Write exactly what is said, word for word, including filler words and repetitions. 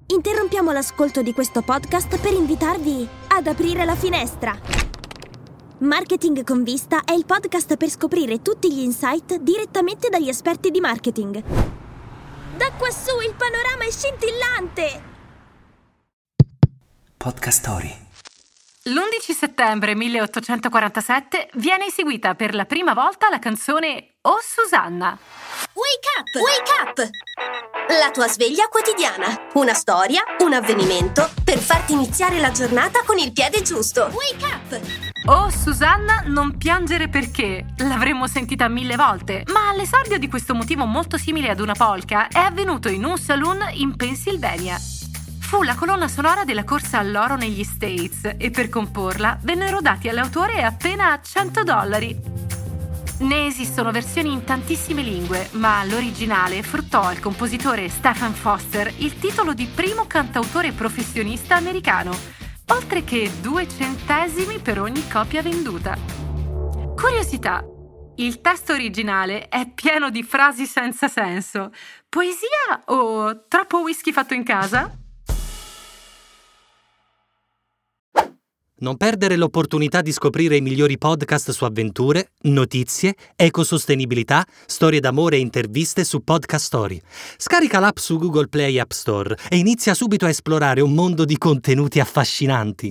Interrompiamo l'ascolto di questo podcast per invitarvi ad aprire la finestra. Marketing con Vista è il podcast per scoprire tutti gli insight direttamente dagli esperti di marketing. Da quassù il panorama è scintillante! Podcast Story. L'undici settembre milleottocentoquarantasette viene eseguita per la prima volta la canzone Oh Susanna. Wake up! Wake up! La tua sveglia quotidiana. Una storia, un avvenimento per farti iniziare la giornata con il piede giusto. Wake up! Oh Susanna, non piangere perché l'avremmo sentita mille volte, ma l'esordio di questo motivo molto simile ad una polka è avvenuto in un saloon in Pennsylvania. Fu la colonna sonora della corsa all'oro negli States e per comporla vennero dati all'autore appena cento dollari. Ne esistono versioni in tantissime lingue, ma l'originale fruttò al compositore Stephen Foster il titolo di primo cantautore professionista americano, oltre che due centesimi per ogni copia venduta. Curiosità: il testo originale è pieno di frasi senza senso. Poesia o troppo whisky fatto in casa? Non perdere l'opportunità di scoprire i migliori podcast su avventure, notizie, ecosostenibilità, storie d'amore e interviste su Podcast Story. Scarica l'app su Google Play App Store e inizia subito a esplorare un mondo di contenuti affascinanti.